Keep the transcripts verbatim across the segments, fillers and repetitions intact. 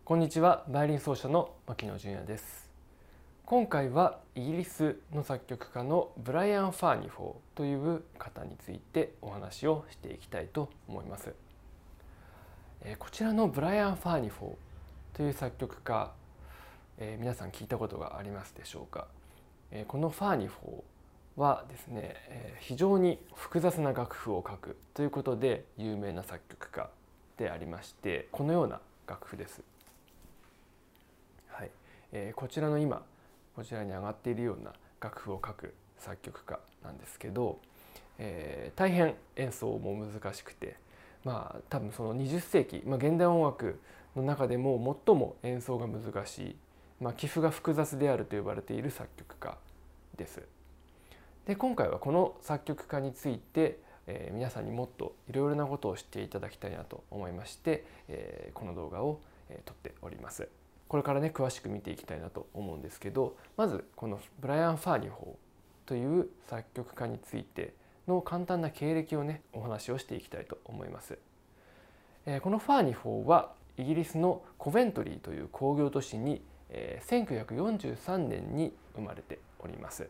こんにちは、バイオリン奏者の牧野純也です。今回はイギリスの作曲家のブライアン・ファーニフォーという方についてお話をしていきたいと思います。こちらのブライアン・ファーニフォーという作曲家、皆さん聞いたことがありますでしょうか。このファーニフォーはですね、非常に複雑な楽譜を書くということで有名な作曲家でありまして、このような楽譜です。はいえー、こちらの今こちらに上がっているような楽譜を書く作曲家なんですけど、えー、大変演奏も難しくて、まあ多分そのにじゅっせいき、まあ、現代音楽の中でも最も演奏が難しい、まあ、棋譜が複雑であると呼ばれている作曲家です。で今回はこの作曲家について、えー、皆さんにもっといろいろなことを知っていただきたいなと思いまして、えー、この動画を、えー、撮っております。これからね詳しく見ていきたいなと思うんですけど、まずこのブライアン・ファーニフォーという作曲家についての簡単な経歴をねお話をしていきたいと思います。このファーニフォーはイギリスのコベントリーという工業都市にせんきゅうひゃくよんじゅうさんねんに生まれております。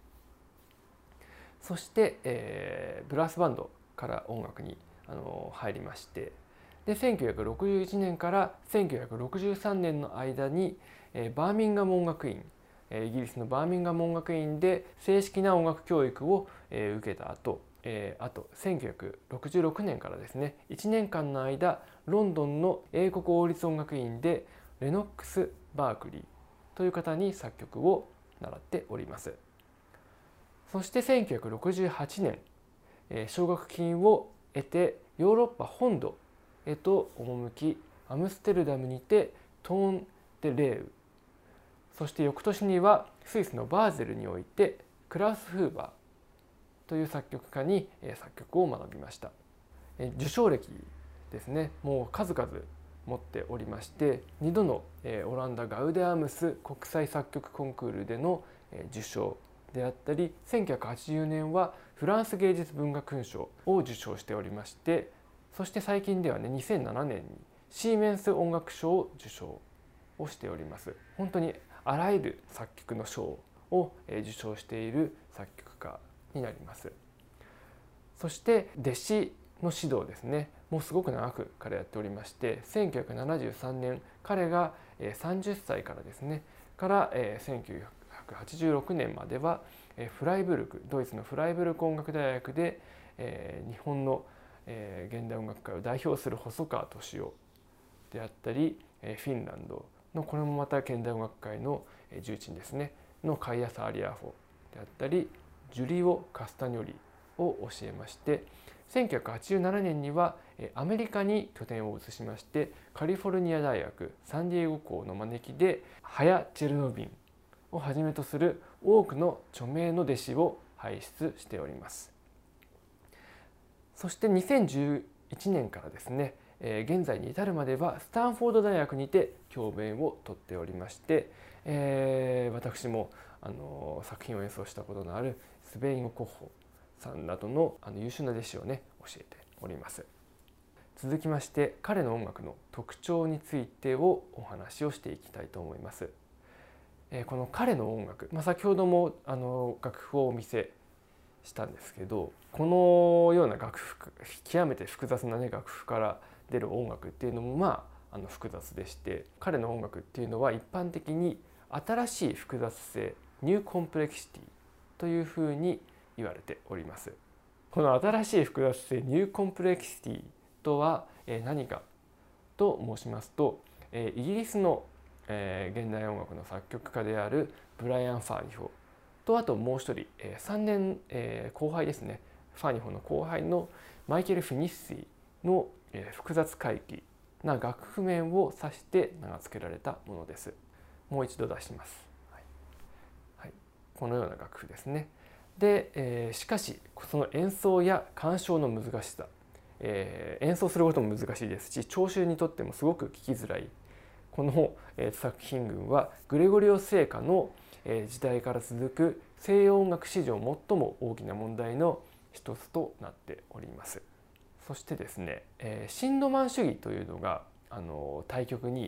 そして、えー、ブラスバンドから音楽にあの入りまして、でせんきゅうひゃくろくじゅういちねんからせんきゅうひゃくろくじゅうさんねんの間に、えー、バーミンガム音楽院、えー、イギリスのバーミンガム音楽院で正式な音楽教育を、えー、受けた後、えー、あとせんきゅうひゃくろくじゅうろくねんからですねいちねんかんの間ロンドンの英国王立音楽院でレノックス・バークリーという方に作曲を習っております。そしてせんきゅうひゃくろくじゅうはちねん、えー、奨学金を得てヨーロッパ本土へと赴き、アムステルダムにてトーン・デ・レーウ、そして翌年にはスイスのバーゼルにおいてクラウス・フーバーという作曲家に作曲を学びました。受賞歴ですね、もう数々持っておりまして、にどのオランダガウデアムス国際作曲コンクールでの受賞であったり、せんきゅうひゃくはちじゅうねんはフランス芸術文化勲章を受賞しておりまして、そして最近ではねにせんななねんにシーメンス音楽賞を受賞をしております。本当にあらゆる作曲の賞を受賞している作曲家になります。そして弟子の指導ですね、もうすごく長く彼やっておりまして、せんきゅうひゃくななじゅうさんねん彼がさんじゅっさいからですねからせんきゅうひゃくはちじゅうろくねんまではフライブルク、ドイツのフライブルク音楽大学で日本の現代音楽界を代表する細川敏夫であったり、フィンランドのこれもまた現代音楽界の重鎮ですねのカイア・サーリアフォであったり、ジュリオ・カスタニョリを教えまして、せんきゅうひゃくはちじゅうななねんにはアメリカに拠点を移しまして、カリフォルニア大学サンディエゴ校の招きでハヤ・チェルノビンをはじめとする多くの著名の弟子を輩出しております。そしてにせんじゅういちねんからですね、現在に至るまではスタンフォード大学にて教鞭をとっておりまして、えー、私もあの作品を演奏したことのあるスベイン・コッホさんなどのあの優秀な弟子をね教えております。続きまして彼の音楽の特徴についてをお話をしていきたいと思います。この彼の音楽、まあ、先ほどもあの楽譜をお見せしたんですけど、このような楽譜、極めて複雑な、ね、楽譜から出る音楽っていうのもまあ、あの複雑でして、彼の音楽っていうのは一般的に新しい複雑性、ニューコンプレクシティというふうに言われております。この新しい複雑性、ニューコンプレクシティとは何かと申しますと、イギリスの現代音楽の作曲家であるブライアン・ファーニフォーと、あともう一人さんねん後輩ですね、ファーニフォーの後輩のマイケル・フィニッシーの複雑回帰な楽譜面を指して名が付けられたものです。もう一度出します。はいはい、このような楽譜ですね。で、えー、しかしその演奏や鑑賞の難しさ、えー、演奏することも難しいですし、聴衆にとってもすごく聞きづらいこの、えー、作品群はグレゴリオ聖歌の、えー、時代から続く西洋音楽史上最も大きな問題の一つとなっております。そしてですね、えー、シンドマン主義というのがあの対極に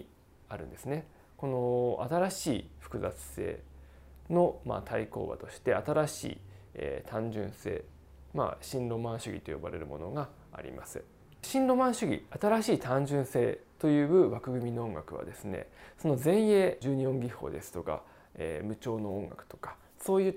あるんですね。この新しい複雑性のまあ対抗馬として新しい、えー、単純性、まあ、新ロマン主義と呼ばれるものがあります。新ロマン主義、新しい単純性という枠組みの音楽はですね、その前衛じゅうに音技法ですとか、えー、無調の音楽とかそういった、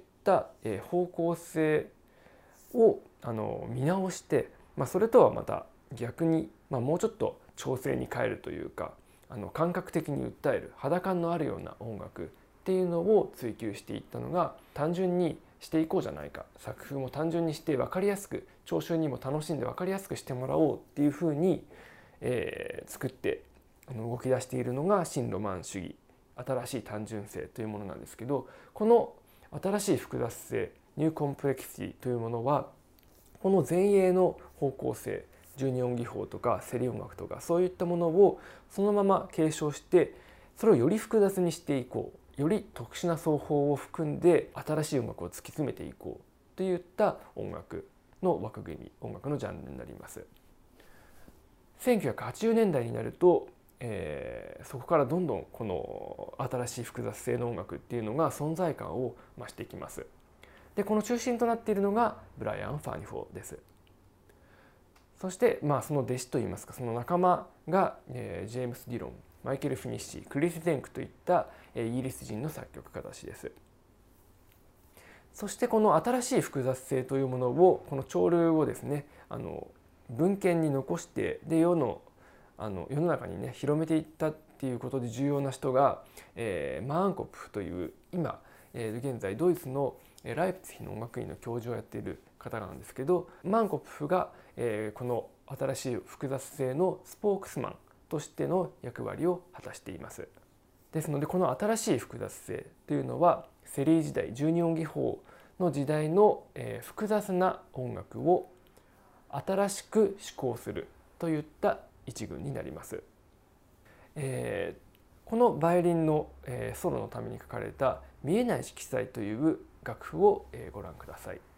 えー、方向性をあの見直して、まあ、それとはまた逆に、まあ、もうちょっと調整に変えるというか、あの感覚的に訴える肌感のあるような音楽っていうのを追求していったのが、単純にしていこうじゃないか、作風も単純にして分かりやすく、聴衆にも楽しんで分かりやすくしてもらおうっていうふうに、えー、作ってあの動き出しているのが新ロマン主義、新しい単純性というものなんですけど、この新しい複雑性、ニューコンプレクシティというものは、この前衛の方向性、じゅうに音技法とかセリ音楽とかそういったものをそのまま継承して、それをより複雑にしていこう、より特殊な奏法を含んで新しい音楽を突き詰めていこうといった音楽の枠組み、音楽のジャンルになります。せんきゅうひゃくはちじゅうねんだいになると、えー、そこからどんどんこの新しい複雑性の音楽っていうのが存在感を増していきます。でこの中心となっているのがブライアン・ファーニフォーです。そして、まあ、その弟子といいますか、その仲間が、えー、ジェームス・ディロン、マイケル・フィニッシー、クリス・デンクといった、えー、イギリス人の作曲家たちです。そしてこの新しい複雑性というものを、この潮流をですね、あの文献に残して、で世のあの世の中にね広めていったっていうことで重要な人が、えー、マーンコップという今、えー、現在ドイツのライプツィヒの音楽院の教授をやっている方なんですけど、マーンコップが、えー、この新しい複雑性のスポークスマンとしての役割を果たしています。ですのでこの新しい複雑性というのはセリー時代じゅうに音技法の時代の、えー、複雑な音楽を新しく思考するといった一群になります。えー、このバイオリンの、えー、ソロのために書かれた「見えない色彩」という楽譜を、えー、ご覧ください。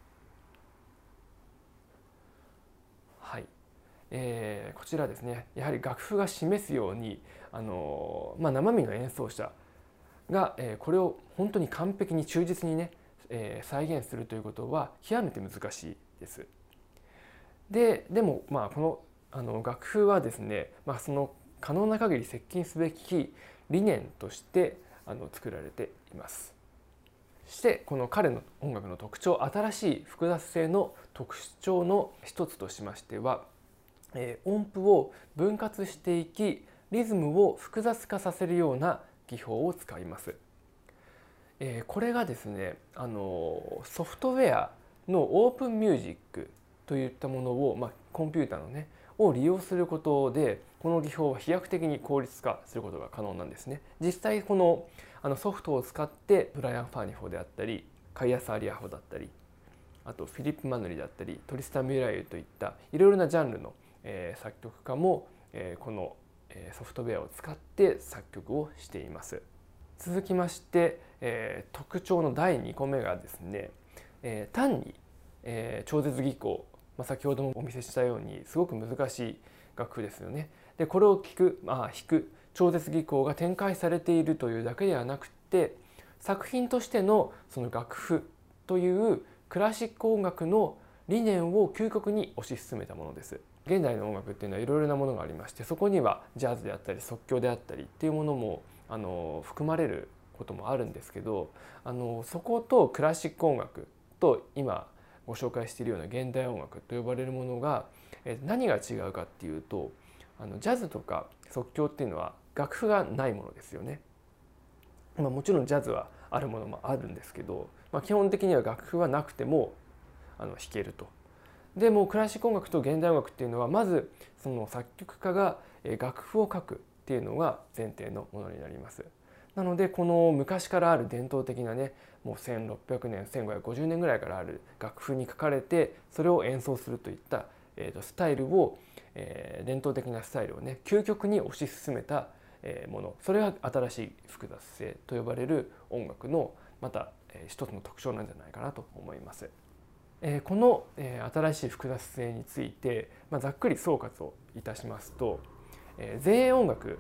はい、えー、こちらですね、やはり楽譜が示すように、あのーまあ、生身の演奏者が、えー、これを本当に完璧に忠実にね、えー、再現するということは極めて難しいです。で、でも、まあ、このあの楽譜はですね、まあ、その可能な限り接近すべき理念としてあの作られています。そしてこの彼の音楽の特徴、新しい複雑性の特徴の一つとしましては、えー、音符を分割していきリズムを複雑化させるような技法を使います。えー、これがですね、あのソフトウェアのオープンミュージックといったものを、まあ、コンピューターのねを利用することで、この技法は飛躍的に効率化することが可能なんですね。実際このあのソフトを使ってブライアン・ファーニフォであったり、カイアス・アリアホだったり、あとフィリップ・マヌリだったり、トリスタン・ミュライユといったいろいろなジャンルの、えー、作曲家も、えー、この、えー、ソフトウェアを使って作曲をしています。続きまして、えー、特徴のだいにこめがですね、えー、単に、えー、超絶技巧、まあ、先ほどもお見せしたようにすごく難しい楽譜ですよね。でこれを聴く、まあ、弾く超絶技巧が展開されているというだけではなくて、作品としてのその楽譜というクラシック音楽の理念を究極に推し進めたものです。現代の音楽っていうのはいろいろなものがありまして、そこにはジャズであったり即興であったりっていうものもあの含まれることもあるんですけど、あのそことクラシック音楽と今ご紹介しているような現代音楽と呼ばれるものが何が違うかっていうと、あのジャズとか即興っていうのは楽譜がないものですよね。まあ、もちろんジャズはあるものもあるんですけど、まあ、基本的には楽譜はなくてもあの弾けると。でもクラシック音楽と現代音楽っていうのはまずその作曲家が楽譜を書くっていうのが前提のものになります。なのでこの昔からある伝統的なね、もうせんろっぴゃくねんせんごひゃくごじゅうねんぐらいからある楽譜に書かれてそれを演奏するといった、えー、とスタイルを、えー、伝統的なスタイルをね究極に推し進めたもの、それが新しい複雑性と呼ばれる音楽のまた一つの特徴なんじゃないかなと思います。この新しい複雑性について、まあ、ざっくり総括をいたしますと、前衛音楽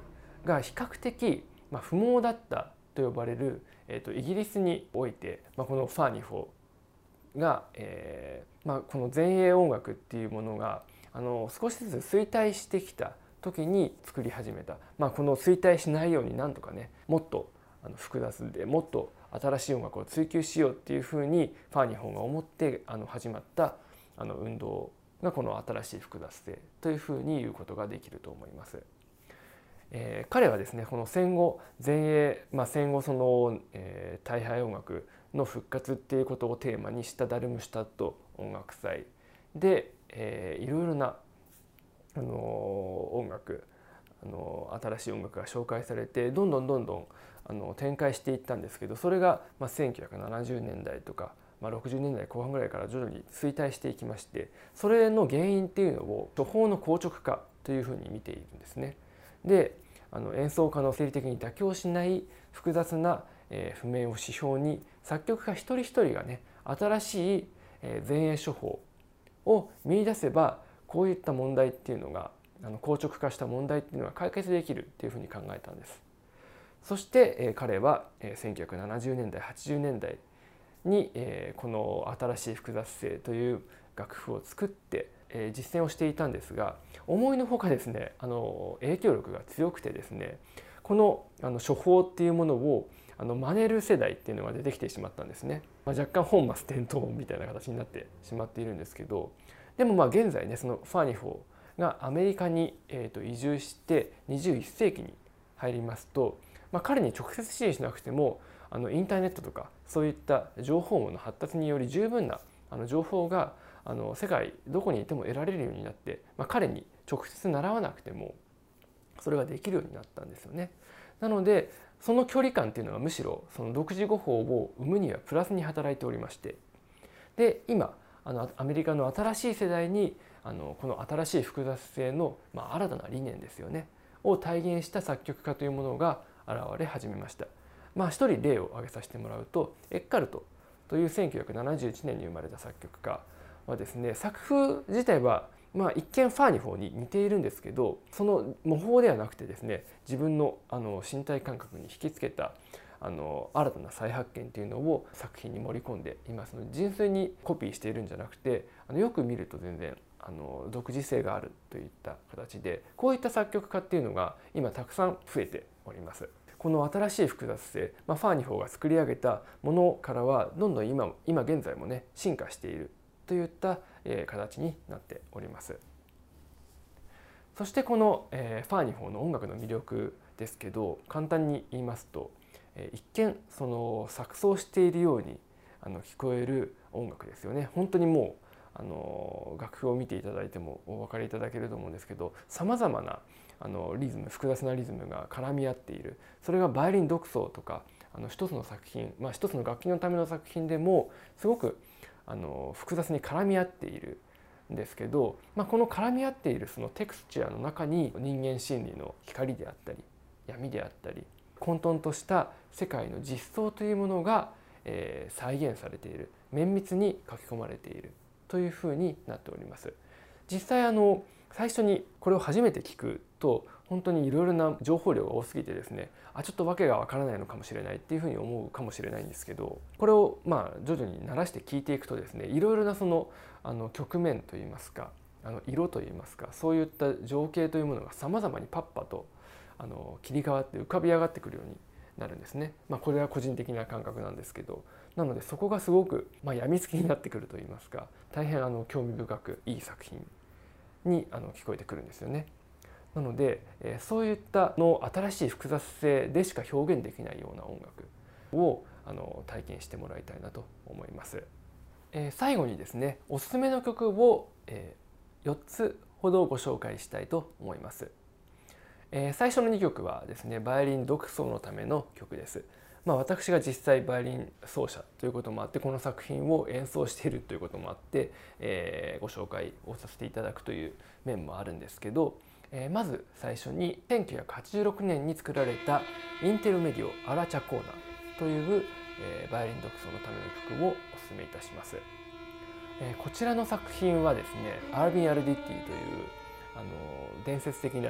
が比較的、まあ、不毛だったと呼ばれる、えー、とイギリスにおいて、まあ、このファーニホーが、えーまあ、この前衛音楽っていうものがあの少しずつ衰退してきた時に作り始めた、まあ、この衰退しないようになんとかねもっとあの複雑でもっと新しい音楽を追求しようっていうふうにファーニホーが思ってあの始まったあの運動がこの新しい複雑性というふうに言うことができると思います。えー、彼はですねこの戦後前衛、まあ、戦後その、えー、大敗音楽の復活っていうことをテーマにしたダルムシュタット音楽祭で、えー、いろいろな、あのー、音楽、あのー、新しい音楽が紹介されてどんどんどんどんあの展開していったんですけど、それが、まあ、せんきゅうひゃくななじゅうねんだいとか、まあ、ろくじゅうねんだいこう半ぐらいから徐々に衰退していきまして、それの原因っていうのを処方の硬直化というふうに見ているんですね。であの演奏家の生理的に妥協しない複雑な、えー、譜面を指標に作曲家一人一人がね新しい、えー、前衛処方を見出せばこういった問題っていうのがあの硬直化した問題っていうのが解決できるっていうふうに考えたんです。そして、えー、彼は、えー、せんきゅうひゃくななじゅうねんだいはちじゅうねんだいに、えー、この新しい複雑性という楽譜を作って、えー、実践をしていたんですが、思いのほかですねあの影響力が強くてですねこのあの処方っていうものをあの真似る世代っていうのが出てきてしまったんですね。まあ、若干本末転倒みたいな形になってしまっているんですけど、でもまあ現在ねそのファーニホーがアメリカに、えー、と移住してにじゅういっせいきに入りますと、まあ、彼に直接指示しなくてもあのインターネットとかそういった情報網の発達により十分なあの情報があの世界どこにいても得られるようになって、まあ、彼に直接習わなくてもそれができるようになったんですよね。なのでその距離感っていうのはむしろその独自語法を生むにはプラスに働いておりまして、で今あのアメリカの新しい世代にあのこの新しい複雑性の、まあ、新たな理念ですよねを体現した作曲家というものが現れ始めました。まあ、一人例を挙げさせてもらうとエッカルトというせんきゅうひゃくななじゅういちねんに生まれた作曲家はですね作風自体はまあ一見ファーニホーに似ているんですけど、その模倣ではなくてですね自分のあの身体感覚に引きつけたあの新たな再発見というのを作品に盛り込んでいますので、純粋にコピーしているんじゃなくてあのよく見ると全然あの独自性があるといった形で、こういった作曲家っていうのが今たくさん増えております。この新しい複雑性、まあ、ファーニホーが作り上げたものからはどんどん 今, 今現在もね進化しているといった、えー、形になっております。そしてこの、えー、ファーニホーの音楽の魅力ですけど、簡単に言いますと、えー、一見その錯綜しているようにあの聞こえる音楽ですよね。本当にもうあの楽譜を見ていただいてもお分かりいただけると思うんですけど、さまざまなあのリズム複雑なリズムが絡み合っている。それがバイオリン独奏とかあの一つの作品、まあ、一つの楽器のための作品でもすごくあの複雑に絡み合っているんですけど、まあ、この絡み合っているそのテクスチャーの中に人間心理の光であったり闇であったり混沌とした世界の実相というものが、えー、再現されている、綿密に書き込まれているというふうになっております。実際あの最初にこれを初めて聞くと本当にいろいろな情報量が多すぎてですね、あちょっと訳がわからないのかもしれないっていうふうに思うかもしれないんですけど、これをまあ徐々に慣らして聞いていくとですね、いろいろなそのあの局面といいますかあの色といいますかそういった情景というものがさまざまにパッパとあの切り替わって浮かび上がってくるようになるんですね。まあ、これは個人的な感覚なんですけど、なのでそこがすごく、まあ、病みつきになってくるといいますか大変あの興味深くいい作品にあの聞こえてくるんですよね。なので、えー、そういったの新しい複雑性でしか表現できないような音楽をあの体験してもらいたいなと思います。えー、最後にですねおすすめの曲を、えー、よっつほどご紹介したいと思います。えー、最初のにきょくはですねバイオリン独奏のための曲です。まあ、私が実際バイオリン奏者ということもあってこの作品を演奏しているということもあって、えー、ご紹介をさせていただくという面もあるんですけど、えー、まず最初にせんきゅうひゃくはちじゅうろくねんに作られたインテルメディオアラチャコーナという、えー、バイオリン独奏のための曲をお勧めいたします。えー、こちらの作品はですねアルビン・アルディッティというあの伝説的な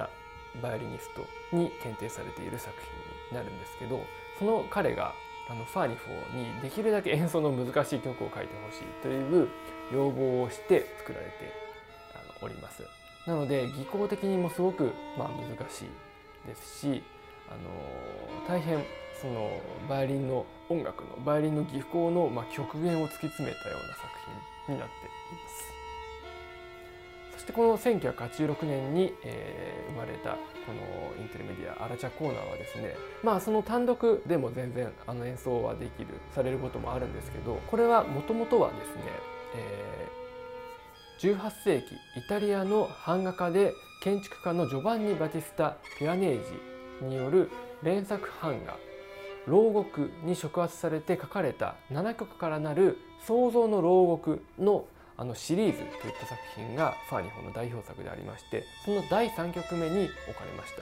バイオリニストに検定されている作品になるんですけど、その彼があのファーニフォーにできるだけ演奏の難しい曲を書いてほしいという要望をして作られてあのおります。なので技巧的にもすごく、まあ、難しいですし、あの大変そのバイオリンの音楽のバイオリンの技巧の、まあ、極限を突き詰めたような作品になっています。そしてこのせんきゅうひゃくはちじゅうろくねんに、えー、生まれたこのインテルメディアアラチャコーナーはですね、まあその単独でも全然あの演奏はできるされることもあるんですけど、これはもともとはですね、えー、じゅうはっせいきイタリアの版画家で建築家のジョバンニ・バティスタ・ピラネージによる連作版画牢獄に触発されて書かれたななきょくからなる創造の牢獄のあのシリーズといった作品がファーニホの代表作でありまして、そのだいさんきょくめに置かれました。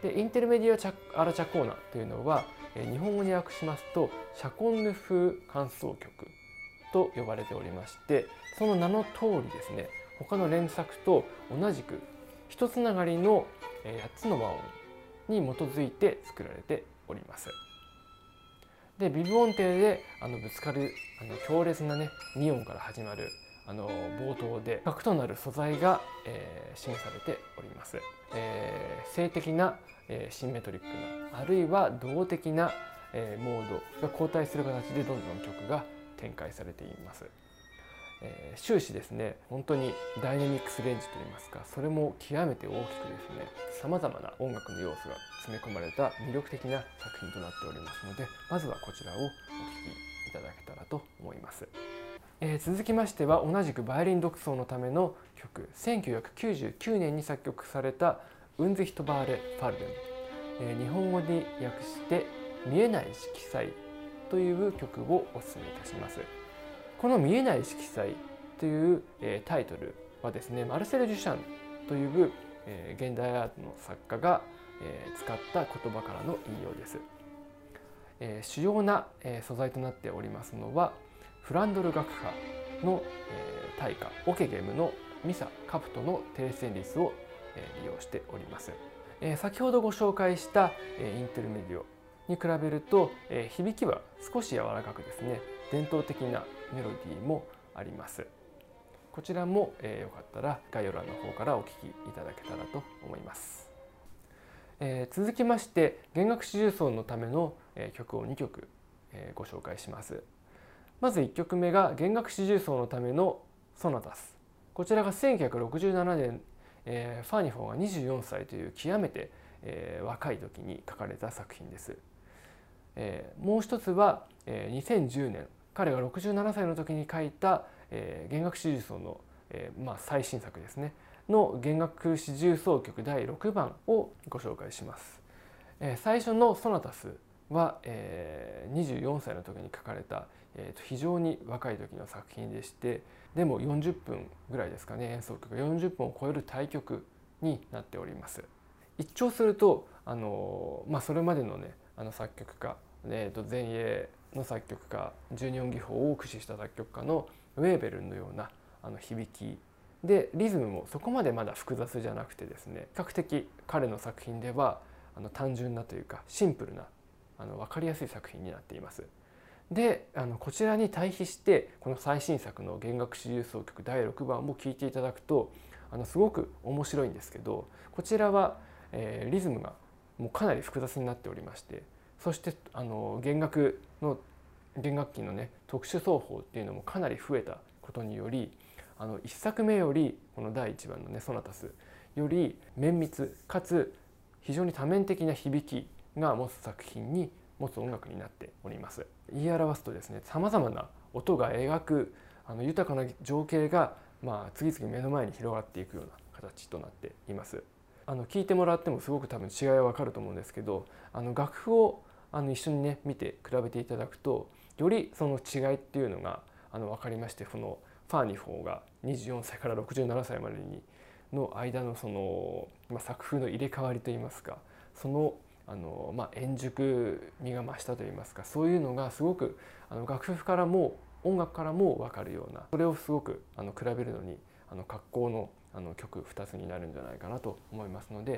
でインテルメディアチャアラチャコーナというのは日本語に訳しますとシャコンヌ風間奏曲と呼ばれておりまして、その名の通りですね、他の連作と同じく一つながりのやっつの和音に基づいて作られております。でビブ音程であのぶつかるあの強烈なねに音から始まるあの冒頭で核となる素材が、えー、示されております。えー、静的な、えー、シンメトリックなあるいは動的な、えー、モードが交代する形でどんどん曲が展開されています。えー、終始ですね本当にダイナミックスレンジといいますか、それも極めて大きくですねさまざまな音楽の要素が詰め込まれた魅力的な作品となっておりますので、まずはこちらをお聴きいただけたらと思います。えー、続きましては同じくバイオリン独奏のための曲、せんきゅうひゃくきゅうじゅうきゅうねんに作曲されたウンズヒトバーレ・ファルデン、えー、日本語に訳して見えない色彩という曲をお勧めいたします。この見えない色彩という、えー、タイトルはですね、マルセル・デュシャンという、えー、現代アートの作家が、えー、使った言葉からの引用です。えー、主要な、えー、素材となっておりますのはフランドル楽派の、えー、大家オケゲムのミサ・カプトの低旋律を、えー、利用しております。えー、先ほどご紹介した、えー、インテルメディオに比べると、えー、響きは少し柔らかくですね伝統的なメロディーもあります。こちらも、えー、よかったら概要欄の方からお聞きいただけたらと思います。えー、続きまして弦楽四重奏のための、えー、曲をにきょく、えー、ご紹介します。まずいっきょくめが弦楽四重奏のためのソナタス。こちらがせんきゅうひゃくろくじゅうななねん、えー、ファーニフォーがにじゅうよんさいという極めて、えー、若い時に書かれた作品です。えー、もう一つは、えー、にせんじゅうねん彼がろくじゅうななさいの時に書いた、えー、弦楽四重奏の、えーまあ、最新作ですねの弦楽四重奏曲だいろくばんをご紹介します。えー、最初のソナタスは、えー、にじゅうよんさいの時に書かれた、えー、と非常に若い時の作品でして、でもよんじゅっぷんぐらいですかね、演奏曲がよんじゅっぷんを超える大曲になっております。一聴するとあの、まあ、それまでのねあの作曲家、えー、と前衛の作曲家じゅうにおん技法を駆使した作曲家のウェーベルンのようなあの響きで、リズムもそこまでまだ複雑じゃなくてですね、比較的彼の作品ではあの単純なというかシンプルなあの分かりやすい作品になっています。であのこちらに対比してこの最新作の弦楽四重奏曲だいろくばんも聴いていただくとあのすごく面白いんですけど、こちらは、えー、リズムがもうかなり複雑になっておりまして、そしてあの弦楽の弦楽器のね特殊奏法っていうのもかなり増えたことにより、あのいっさくめよりこのだいいちばんのねソナタスより綿密かつ非常に多面的な響きが持つ作品に持つ音楽になっております。言い表すとですね、さまざまな音が描くあの豊かな情景が、まあ、次々目の前に広がっていくような形となっています。あの聞いてもらってもすごく多分違いは分かると思うんですけど、あの楽譜をあの一緒にね見て比べていただくとよりその違いっていうのがあの分かりまして、このファーニフォーがにじゅうよんさいからろくじゅうななさいまでにの間のその、まあ、作風の入れ替わりといいますか、そのあの、まあ、円熟味が増したといいますか、そういうのがすごくあの楽譜からも音楽からも分かるような、それをすごくあの比べるのにあの格好のあの曲ふたつになるんじゃないかなと思いますので、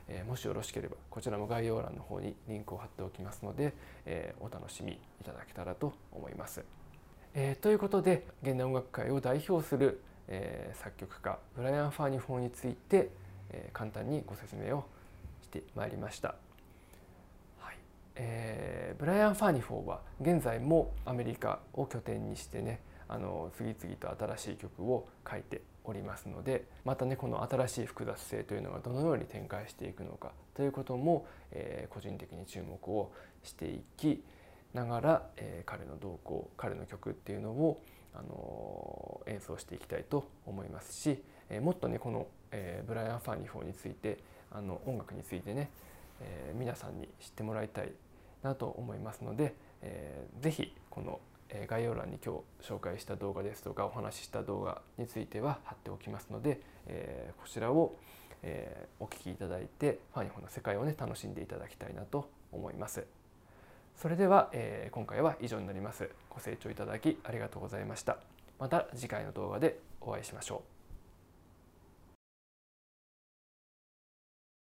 えー、もしよろしければこちらも概要欄の方にリンクを貼っておきますので、えー、お楽しみいただけたらと思います。えー、ということで現代音楽界を代表する、えー、作曲家ブライアン・ファーニフォーについて、えー、簡単にご説明をしてまいりました。はいえー、ブライアン・ファーニフォーは現在もアメリカを拠点にしてねあの次々と新しい曲を書いておりますので、またねこの新しい複雑性というのがどのように展開していくのかということも、えー、個人的に注目をしていきながら、えー、彼の動向彼の曲っていうのを、あのー、演奏していきたいと思いますし、えー、もっとねこの、えー、ブライアン・ファーニフォーについてあの音楽についてね、えー、皆さんに知ってもらいたいなと思いますので、えー、ぜひこの概要欄に今日紹介した動画ですとかお話しした動画については貼っておきますので、えー、こちらを、えー、お聞きいただいてファーニフォーの世界をね楽しんでいただきたいなと思います。それでは、えー、今回は以上になります。ご清聴いただきありがとうございました。また次回の動画でお会いしましょう。